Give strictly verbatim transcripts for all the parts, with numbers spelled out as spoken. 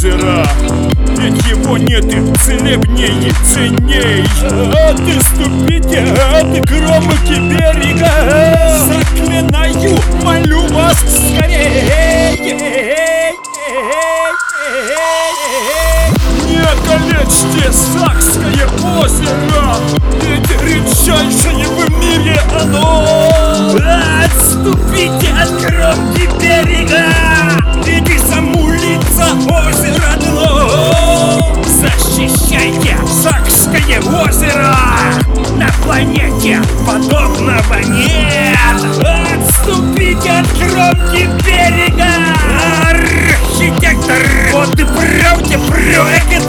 озера, ведь его нет и целебней и ценней. Отступите от кромки берега, заклинаю, молю вас скорее. Не калечьте Сакское озеро, ведь редчайшее в мире оно. Отступите от кромки берега, ведь замулится озеро дно. Защищайте Сакское озеро, на планете подобного нет. Отступите от кромки берега, архитектор, вот и правде проект.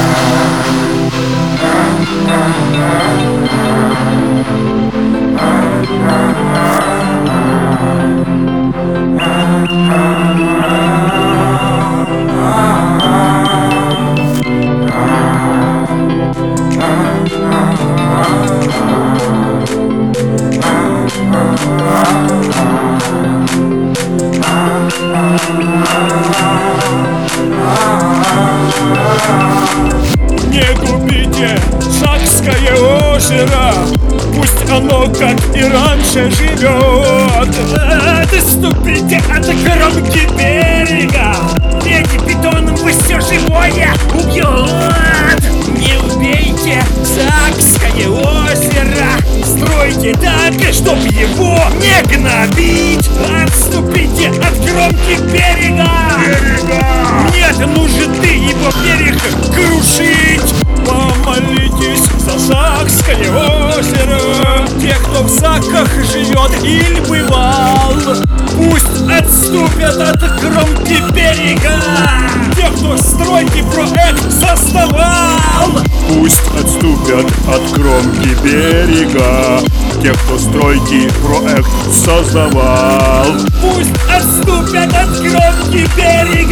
Не губите Сакское озеро, пусть оно, как и раньше, живет. Отступите от кромки берега, ведь питоном вы все живое убьет. Не убейте Сакское озеро, стройте так, чтоб его не гнобить. Отступите от кромки берега, Берега! нет нужды его берег крушить. Помолитесь за Сакское озеро, те, кто в Саках живет или бывал. Пусть отступят от кромки берега, Те, кто стройки проект создавал. Пусть отступят от кромки берега те, кто стройки проект создавал. пусть отступят от кромки берега.